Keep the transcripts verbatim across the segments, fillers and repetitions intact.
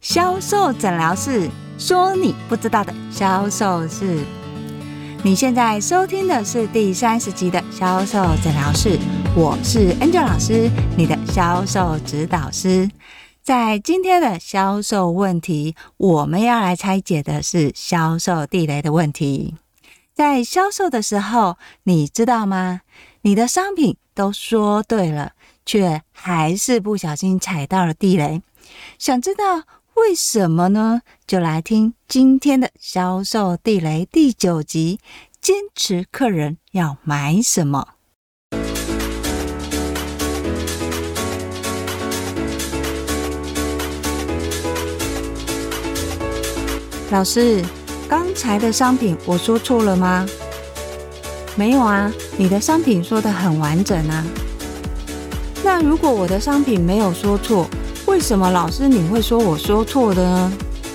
销售诊疗室，说你不知道的销售事。你现在收听的是第三十集的销售诊疗室，我是 Angel 老师，你的销售指导师。在今天的销售问题，我们要来拆解的是销售地雷的问题。在销售的时候，你知道吗？你的商品都说对了，却还是不小心踩到了地雷。想知道为什么呢？就来听今天的销售地雷第九集，坚持客人要买什么。老师，刚才的商品我说错了吗？没有啊，你的商品说得很完整啊。那如果我的商品没有说错，为什么老师你会说我说错的呢？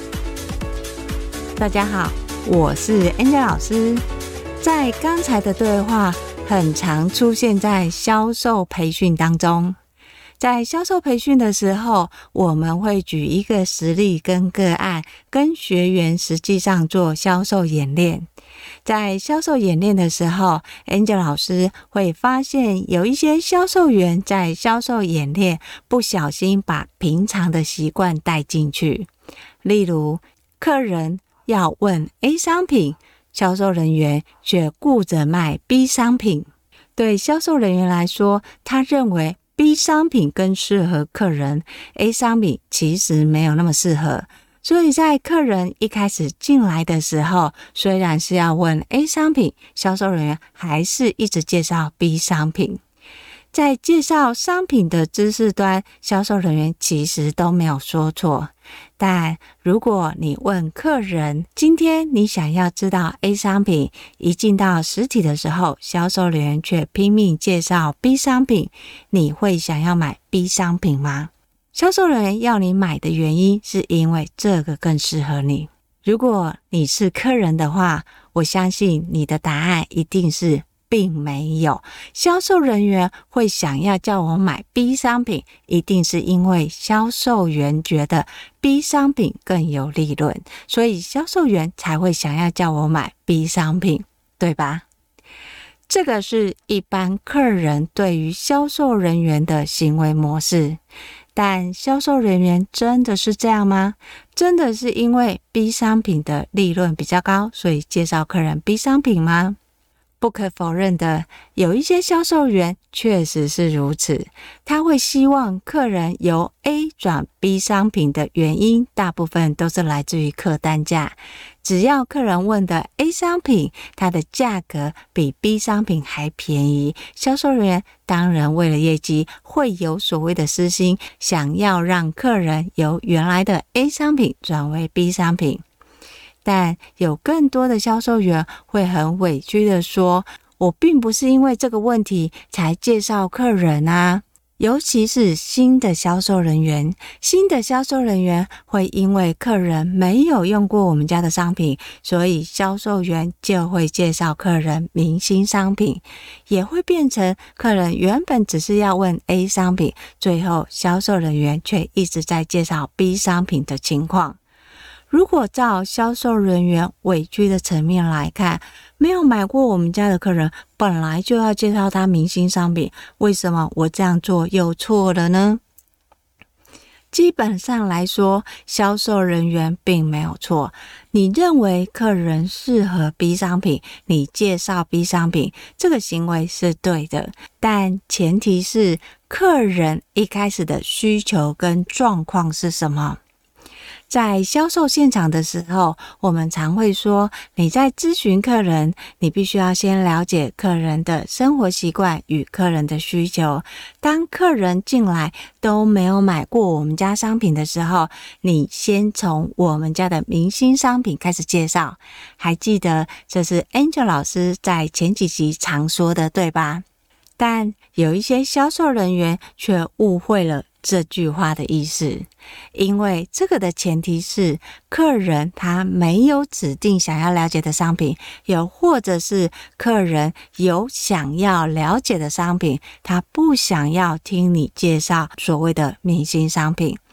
大家好，我是 Angel 老师。在刚才的对话很常出现在销售培训当中。在销售培训的时候，我们会举一个实例跟个案，跟学员实际上做销售演练。在销售演练的时候 Angel 老师会发现有一些销售员在销售演练不小心把平常的习惯带进去。例如，客人要问 A 商品，销售人员却顾着卖 B 商品。对销售人员来说，他认为B 商品更适合客人， A 商品其实没有那么适合。所以在客人一开始进来的时候，虽然是要问 A 商品，销售人员还是一直介绍 B 商品。在介绍商品的知识端，销售人员其实都没有说错。但如果你问客人，今天你想要知道 A 商品，一进到实体的时候，销售人员却拼命介绍 B 商品，你会想要买 B 商品吗？销售人员要你买的原因是因为这个更适合你。如果你是客人的话，我相信你的答案一定是并没有。销售人员会想要叫我买 B 商品，一定是因为销售员觉得 B 商品更有利润，所以销售员才会想要叫我买 B 商品，对吧？这个是一般客人对于销售人员的行为模式。但销售人员真的是这样吗？真的是因为 B 商品的利润比较高，所以介绍客人 B 商品吗？不可否认的，有一些销售员确实是如此，他会希望客人由 A 转 B 商品的原因，大部分都是来自于客单价。只要客人问的 A 商品，它的价格比 B 商品还便宜，销售人员当然为了业绩会有所谓的私心，想要让客人由原来的 A 商品转为 B 商品。但有更多的销售员会很委屈的说，我并不是因为这个问题才介绍客人啊。尤其是新的销售人员，新的销售人员会因为客人没有用过我们家的商品，所以销售员就会介绍客人明星商品，也会变成客人原本只是要问 A 商品，最后销售人员却一直在介绍 B 商品的情况。如果照销售人员委屈的层面来看，没有买过我们家的客人本来就要介绍他明星商品，为什么我这样做又错了呢？基本上来说，销售人员并没有错。你认为客人适合 B 商品，你介绍 B 商品，这个行为是对的，但前提是客人一开始的需求跟状况是什么？在销售现场的时候，我们常会说，你在咨询客人，你必须要先了解客人的生活习惯与客人的需求。当客人进来都没有买过我们家商品的时候，你先从我们家的明星商品开始介绍。还记得这是 Angel 老师在前几集常说的，对吧？但有一些销售人员却误会了这句话的意思，因为这个的前提是客人他没有指定想要了解的商品，又或者是客人有想要了解的商品，他不想要听你介绍所谓的明星商品。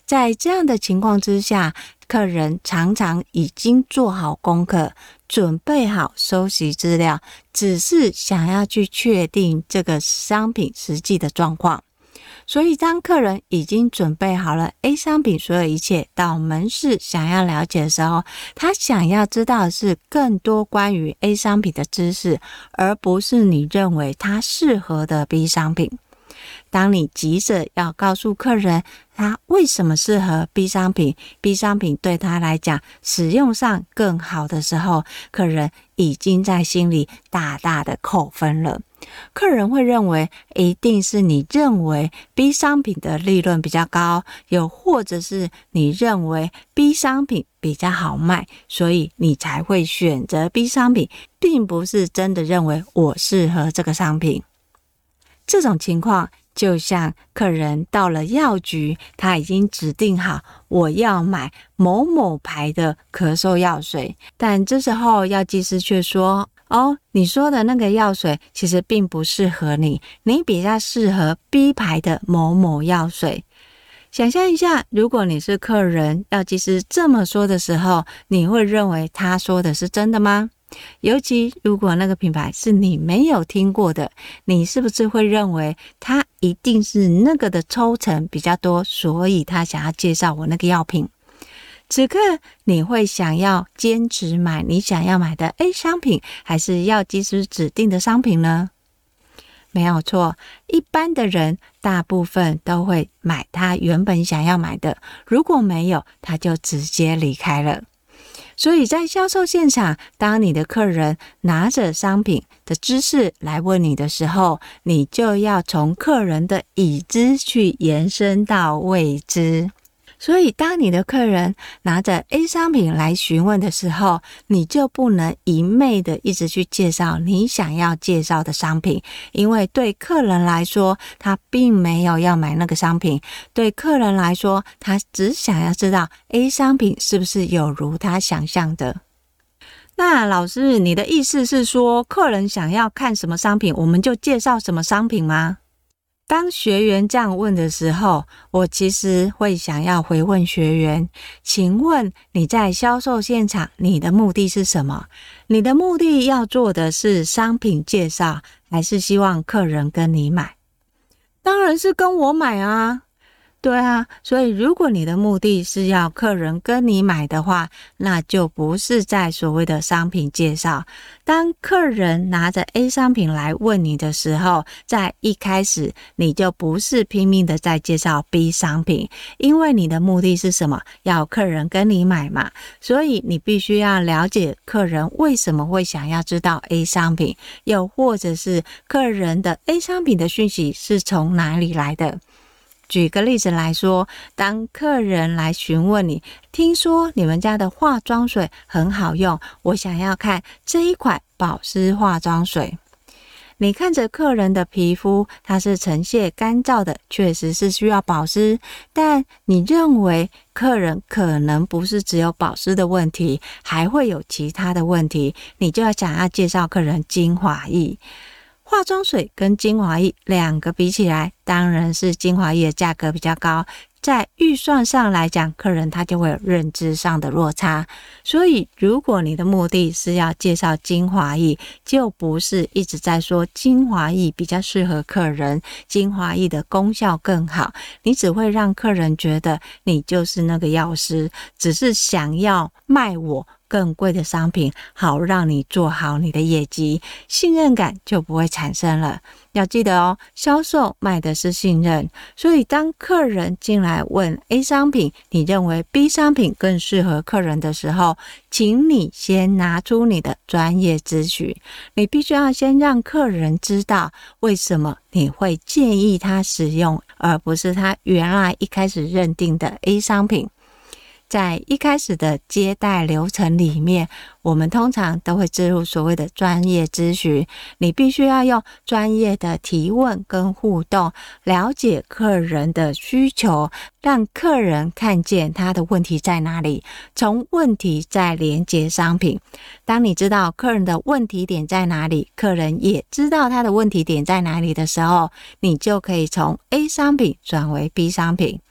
在这样的情况之下，客人常常已经做好功课，准备好收集资料，只是想要去确定这个商品实际的状况。所以当客人已经准备好了 A 商品所有一切，到门市想要了解的时候，他想要知道的是更多关于 A 商品的知识，而不是你认为它适合的 B 商品。当你急着要告诉客人他为什么适合 B 商品 B 商品对他来讲使用上更好的时候，客人已经在心里大大的扣分了。客人会认为一定是你认为 B 商品的利润比较高，又或者是你认为 B 商品比较好卖，所以你才会选择 B 商品，并不是真的认为我适合这个商品。这种情况就像客人到了药局，他已经指定好我要买某某牌的咳嗽药水，但这时候药剂师却说，哦，你说的那个药水其实并不适合你，你比较适合 B 牌的某某药水。想象一下，如果你是客人，药剂师这么说的时候，你会认为他说的是真的吗？尤其如果那个品牌是你没有听过的，你是不是会认为他一定是那个的抽成比较多，所以他想要介绍我那个药品？此刻你会想要坚持买你想要买的 A 商品，还是药剂师指定的商品呢？没有错，一般的人大部分都会买他原本想要买的，如果没有，他就直接离开了。所以在销售现场，当你的客人拿着商品的知识来问你的时候，你就要从客人的已知去延伸到未知。所以当你的客人拿着 A 商品来询问的时候，你就不能一昧的一直去介绍你想要介绍的商品，因为对客人来说，他并没有要买那个商品，对客人来说，他只想要知道 A 商品是不是有如他想象的。那老师，你的意思是说，客人想要看什么商品，我们就介绍什么商品吗？当学员这样问的时候，我其实会想要回问学员，请问你在销售现场，你的目的是什么？你的目的要做的是商品介绍，还是希望客人跟你买？当然是跟我买啊。对啊，所以如果你的目的是要客人跟你买的话，那就不是在所谓的商品介绍。当客人拿着 A 商品来问你的时候，在一开始你就不是拼命的在介绍 B 商品，因为你的目的是什么？要客人跟你买嘛，所以你必须要了解客人为什么会想要知道 A 商品，又或者是客人的 A 商品的讯息是从哪里来的。举个例子来说，当客人来询问你，听说你们家的化妆水很好用，我想要看这一款保湿化妆水。你看着客人的皮肤，它是呈现干燥的，确实是需要保湿，但你认为客人可能不是只有保湿的问题，还会有其他的问题，你就要想要介绍客人精华液。化妆水跟精华液两个比起来，当然是精华液的价格比较高，在预算上来讲，客人他就会有认知上的落差。所以如果你的目的是要介绍精华液，就不是一直在说精华液比较适合客人，精华液的功效更好，你只会让客人觉得你就是那个药师，只是想要卖我更贵的商品，好让你做好你的业绩，信任感就不会产生了。要记得哦，销售卖的是信任，所以当客人进来问 A 商品，你认为 B 商品更适合客人的时候，请你先拿出你的专业知识，你必须要先让客人知道为什么你会建议他使用，而不是他原来一开始认定的 A 商品。在一开始的接待流程里面，我们通常都会置入所谓的专业咨询，你必须要用专业的提问跟互动，了解客人的需求，让客人看见他的问题在哪里，从问题再连接商品。当你知道客人的问题点在哪里，客人也知道他的问题点在哪里的时候，你就可以从 A 商品转为 B 商品。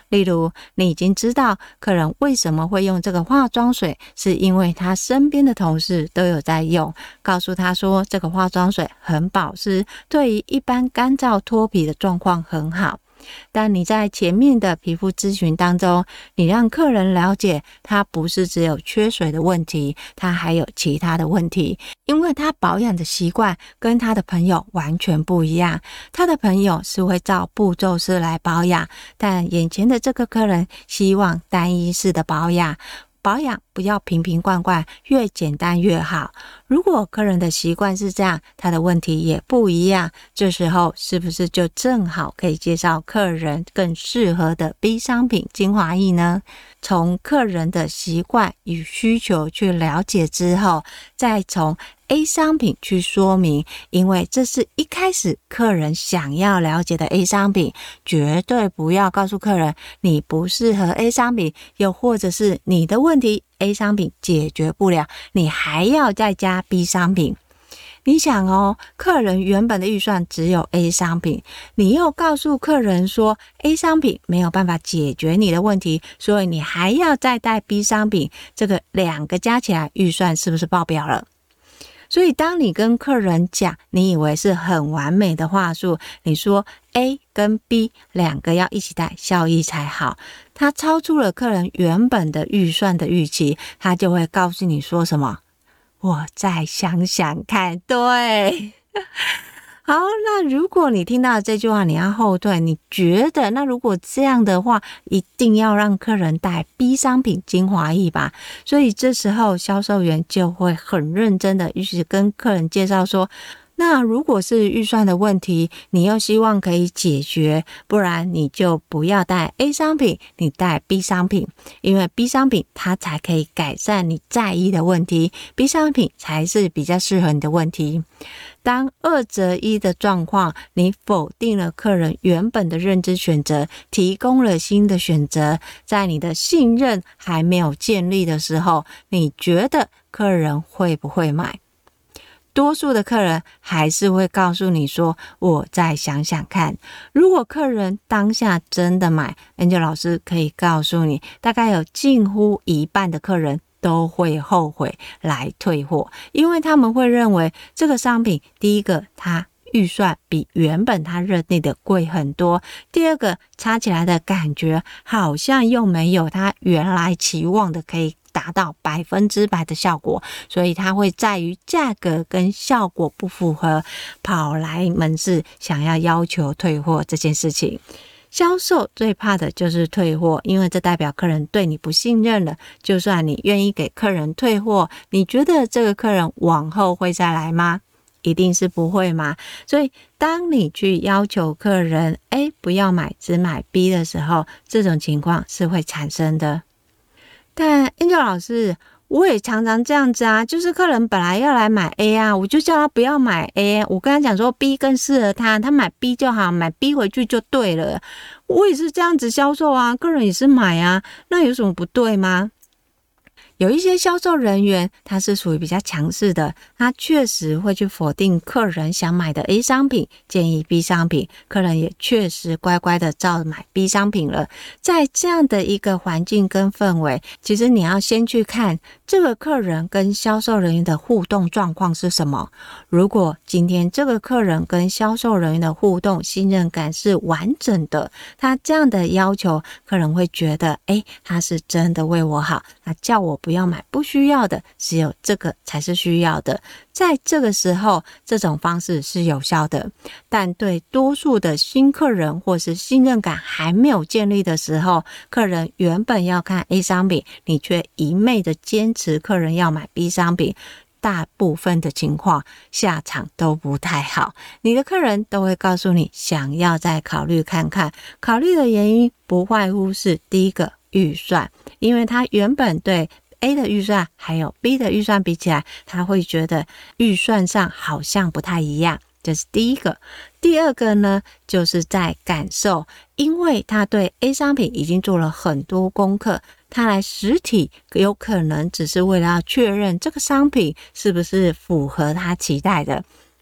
例如，你已经知道客人为什么会用这个化妆水，是因为他身边的同事都有在用，告诉他说这个化妆水很保湿，对于一般干燥脱皮的状况很好。但你在前面的皮肤咨询当中，你让客人了解他不是只有缺水的问题，他还有其他的问题，因为他保养的习惯跟他的朋友完全不一样。他的朋友是会照步骤式来保养，但眼前的这个客人希望单一式的保养，保养不要瓶瓶罐罐，越简单越好。如果客人的习惯是这样，他的问题也不一样，这时候是不是就正好可以介绍客人更适合的 B 商品精华液呢？从客人的习惯与需求去了解之后，再从 A 商品去说明，因为这是一开始客人想要了解的 A 商品，绝对不要告诉客人你不适合 A 商品，又或者是你的问题 A 商品解决不了，你还要再加 B 商品。你想哦，客人原本的预算只有 A 商品，你又告诉客人说 A 商品没有办法解决你的问题，所以你还要再带 B 商品，这个两个加起来预算是不是爆表了？所以当你跟客人讲你以为是很完美的话术，你说 A 跟 B 两个要一起带，效益才好，它超出了客人原本的预算的预期，他就会告诉你说什么？我再想想看。对好，那如果你听到这句话，你要后退，你觉得那如果这样的话，一定要让客人带 B 商品精华液吧？所以这时候销售员就会很认真的一直跟客人介绍说，那如果是预算的问题，你又希望可以解决，不然你就不要带 A 商品，你带 B 商品，因为 B 商品它才可以改善你在意的问题， B 商品才是比较适合你的问题。当二择一的状况，你否定了客人原本的认知选择，提供了新的选择，在你的信任还没有建立的时候，你觉得客人会不会买？多数的客人还是会告诉你说我再想想看。如果客人当下真的买， Angel 老师可以告诉你，大概有近乎一半的客人都会后悔来退货，因为他们会认为这个商品，第一个它预算比原本他认定的贵很多，第二个擦起来的感觉好像又没有他原来期望的可以达到百分之百的效果，所以他会在于价格跟效果不符合，跑来门市想要要求退货这件事情。销售最怕的就是退货，因为这代表客人对你不信任了，就算你愿意给客人退货，你觉得这个客人往后会再来吗？一定是不会嘛。所以当你去要求客人 A 不要买只买 B 的时候，这种情况是会产生的。但 Angel 老师，我也常常这样子啊，就是客人本来要来买 A 啊，我就叫他不要买 A， 我跟他讲说 B 更适合他，他买 B 就好，买 B 回去就对了。我也是这样子销售啊，客人也是买啊，那有什么不对吗？有一些销售人员他是属于比较强势的，他确实会去否定客人想买的 A 商品，建议 B 商品，客人也确实乖乖的照买 B 商品了。在这样的一个环境跟氛围，其实你要先去看这个客人跟销售人员的互动状况是什么。如果今天这个客人跟销售人员的互动信任感是完整的，他这样的要求客人会觉得诶，他是真的为我好，他叫我不要买不需要的，只有这个才是需要的。在这个时候，这种方式是有效的。但对多数的新客人或是信任感还没有建立的时候，客人原本要看 A 商品，你却一昧的坚持客人要买 B 商品，大部分的情况下场都不太好。你的客人都会告诉你想要再考虑看看，考虑的原因不外乎是第一个预算，因为他原本对A 的预算还有 B 的预算比起来，他会觉得预算上好像不太一样，这是第一个。第二个呢，就是在感受，因为他对 A 商品已经做了很多功课，他来实体有可能只是为了要确认这个商品是不是符合他期待的。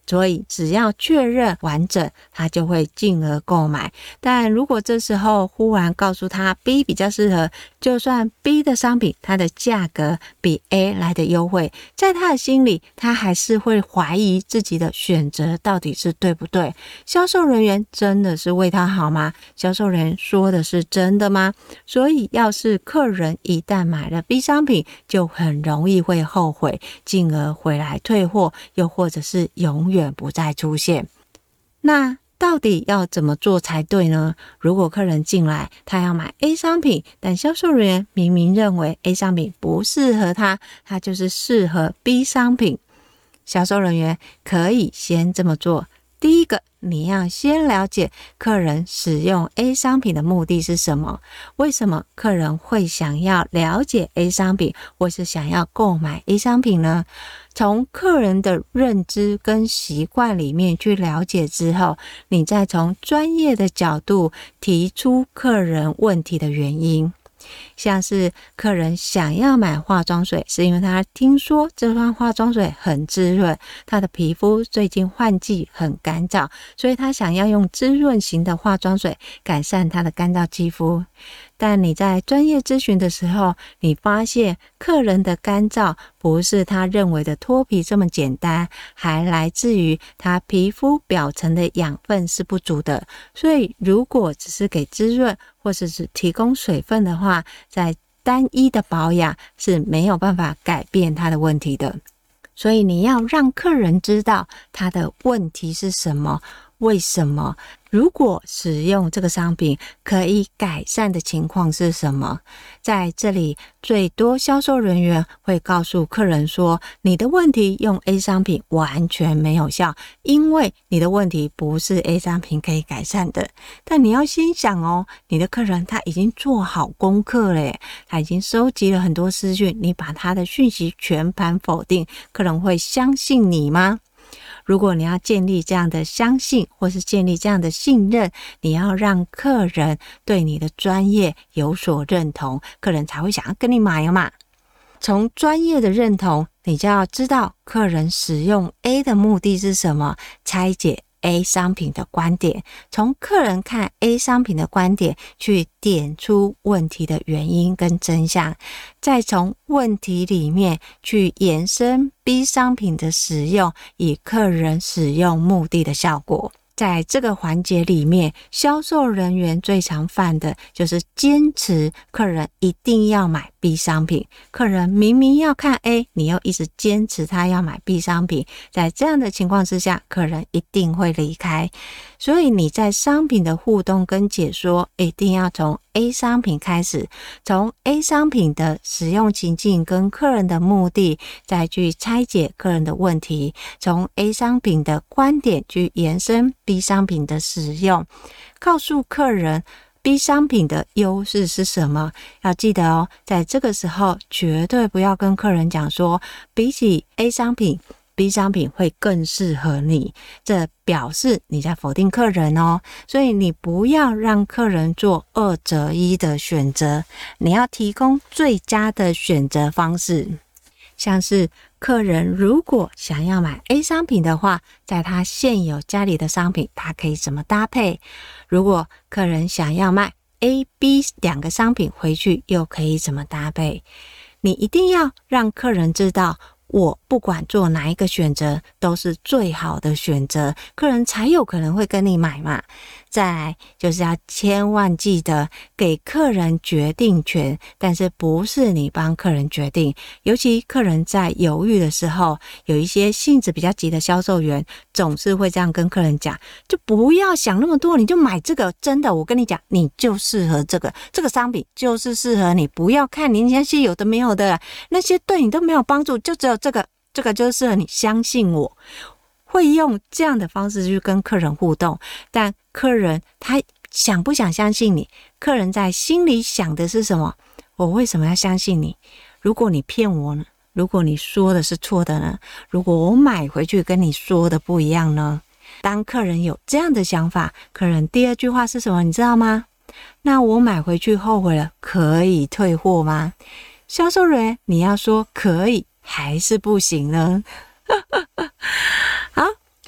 所以只要确认完整，他就会进而购买。但如果这时候忽然告诉他 B 比较适合，就算 B 的商品它的价格比 A 来的优惠，在他的心里他还是会怀疑自己的选择到底是对不对。销售人员真的是为他好吗？销售人员说的是真的吗？所以要是客人一旦买了 B 商品，就很容易会后悔，进而回来退货，又或者是永远不再出现。那到底要怎么做才对呢？如果客人进来，他要买 A 商品，但销售人员明明认为 A 商品不适合他，他就是适合 B 商品。销售人员可以先这么做。第一个，你要先了解客人使用 A 商品的目的是什么？为什么客人会想要了解 A 商品，或是想要购买 A 商品呢？从客人的认知跟习惯里面去了解之后，你再从专业的角度提出客人问题的原因。像是客人想要买化妆水，是因为他听说这款化妆水很滋润，他的皮肤最近换季很干燥，所以他想要用滋润型的化妆水改善他的干燥肌肤。但你在专业咨询的时候，你发现客人的干燥不是他认为的脱皮这么简单，还来自于他皮肤表层的养分是不足的。所以如果只是给滋润或者是提供水分的话，在单一的保养是没有办法改变他的问题的。所以你要让客人知道他的问题是什么，为什么，如果使用这个商品可以改善的情况是什么。在这里最多销售人员会告诉客人说，你的问题用 A 商品完全没有效，因为你的问题不是 A 商品可以改善的。但你要先想哦，你的客人他已经做好功课了耶，他已经收集了很多资讯，你把他的讯息全盘否定，客人会相信你吗？如果你要建立这样的相信，或是建立这样的信任，你要让客人对你的专业有所认同，客人才会想要跟你买嘛。从专业的认同，你就要知道客人使用 A 的目的是什么，拆解A 商品的观点，从客人看 A 商品的观点去点出问题的原因跟真相，再从问题里面去延伸 B 商品的使用，以客人使用目的的效果。在这个环节里面，销售人员最常犯的就是坚持客人一定要买 B 商品，客人明明要看 A， 你又一直坚持他要买 B 商品，在这样的情况之下，客人一定会离开。所以你在商品的互动跟解说一定要从 A 商品开始，从 A 商品的使用情境跟客人的目的，再去拆解客人的问题，从 A 商品的观点去延伸 B 商品的使用，告诉客人 B 商品的优势是什么。要记得哦，在这个时候绝对不要跟客人讲说，比起 A 商品B 商品会更适合你，这表示你在否定客人哦。所以你不要让客人做二择一的选择，你要提供最佳的选择方式。像是客人如果想要买 A 商品的话，在他现有家里的商品他可以怎么搭配？如果客人想要卖 A、B 两个商品回去又可以怎么搭配？你一定要让客人知道，我不管做哪一个选择都是最好的选择，客人才有可能会跟你买嘛。再来就是要千万记得给客人决定权，但是不是你帮客人决定。尤其客人在犹豫的时候，有一些性子比较急的销售员总是会这样跟客人讲，就不要想那么多，你就买这个，真的我跟你讲，你就适合这个，这个商品就是适合你，不要看你那些有的没有的，那些对你都没有帮助，就只有这个这个就适合你，相信我。会用这样的方式去跟客人互动，但客人他想不想相信你？客人在心里想的是什么？我为什么要相信你？如果你骗我呢？如果你说的是错的呢？如果我买回去跟你说的不一样呢？当客人有这样的想法，客人第二句话是什么？你知道吗？那我买回去后悔了，可以退货吗？销售人员，你要说可以还是不行呢？好，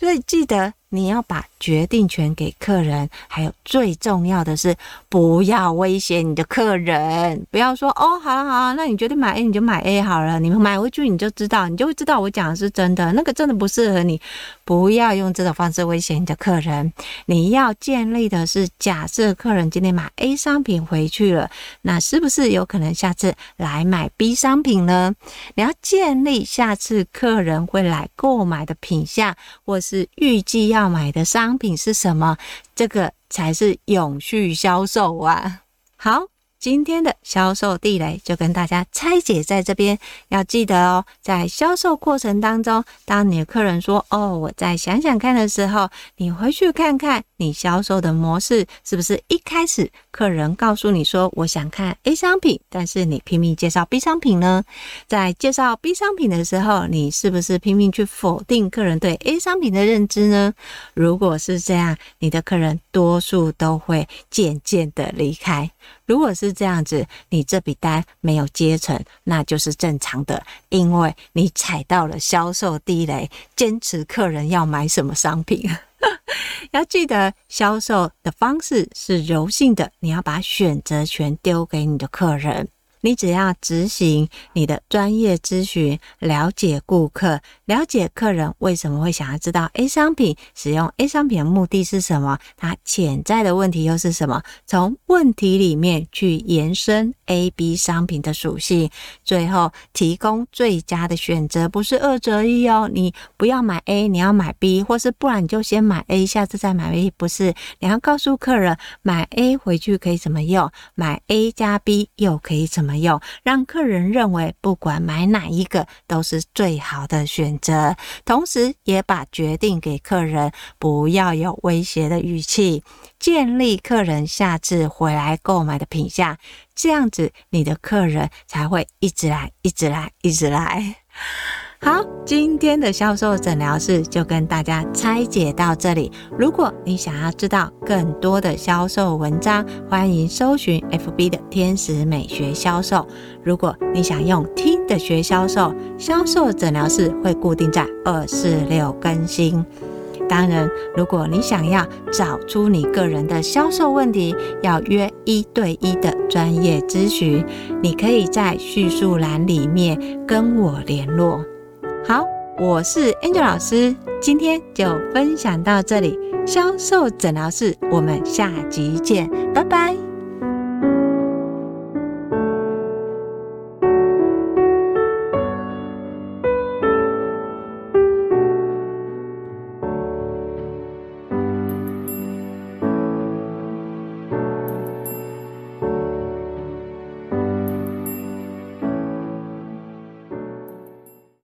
所以记得你要把决定权给客人，还有最重要的是不要威胁你的客人，不要说哦好了好了，那你决定买 A 你就买 A 好了，你买回去你就知道，你就会知道我讲的是真的，那个真的不适合你。不要用这种方式威胁你的客人，你要建立的是假设客人今天买 A 商品回去了，那是不是有可能下次来买 B 商品呢？你要建立下次客人会来购买的品项，或是预计要买的商品是什么，这个才是永续销售啊。好，今天的销售地雷就跟大家拆解在这边，要记得哦，在销售过程当中，当你的客人说哦我再想想看的时候，你回去看看你销售的模式是不是一开始客人告诉你说我想看 A 商品，但是你拼命介绍 B 商品呢？在介绍 B 商品的时候，你是不是拼命去否定客人对 A 商品的认知呢？如果是这样，你的客人多数都会渐渐的离开。如果是这样子，你这笔单没有接成，那就是正常的，因为你踩到了销售地雷，坚持客人要买什么商品。要记得销售的方式是柔性的，你要把选择权丢给你的客人，你只要执行你的专业咨询，了解顾客，了解客人为什么会想要知道 A 商品，使用 A 商品的目的是什么，他潜在的问题又是什么，从问题里面去延伸 A、B 商品的属性，最后提供最佳的选择，不是二择一哦，你不要买 A 你要买 B， 或是不然你就先买 A 下次再买 B， 不是，你要告诉客人买 A 回去可以怎么用，买 A 加 B 又可以怎么用，让客人认为不管买哪一个都是最好的选择，同时也把决定给客人，不要有威胁的语气，建立客人下次回来购买的品项，这样子你的客人才会一直来一直来一直来。好，今天的销售诊疗室就跟大家拆解到这里。如果你想要知道更多的销售文章，欢迎搜寻 F B 的天使美学销售。如果你想用听的学销售，销售诊疗室会固定在二四六更新。当然，如果你想要找出你个人的销售问题，要约一对一的专业咨询，你可以在叙述栏里面跟我联络。好，我是 Angel 老师，今天就分享到这里，销售诊疗室，我们下集见，拜拜。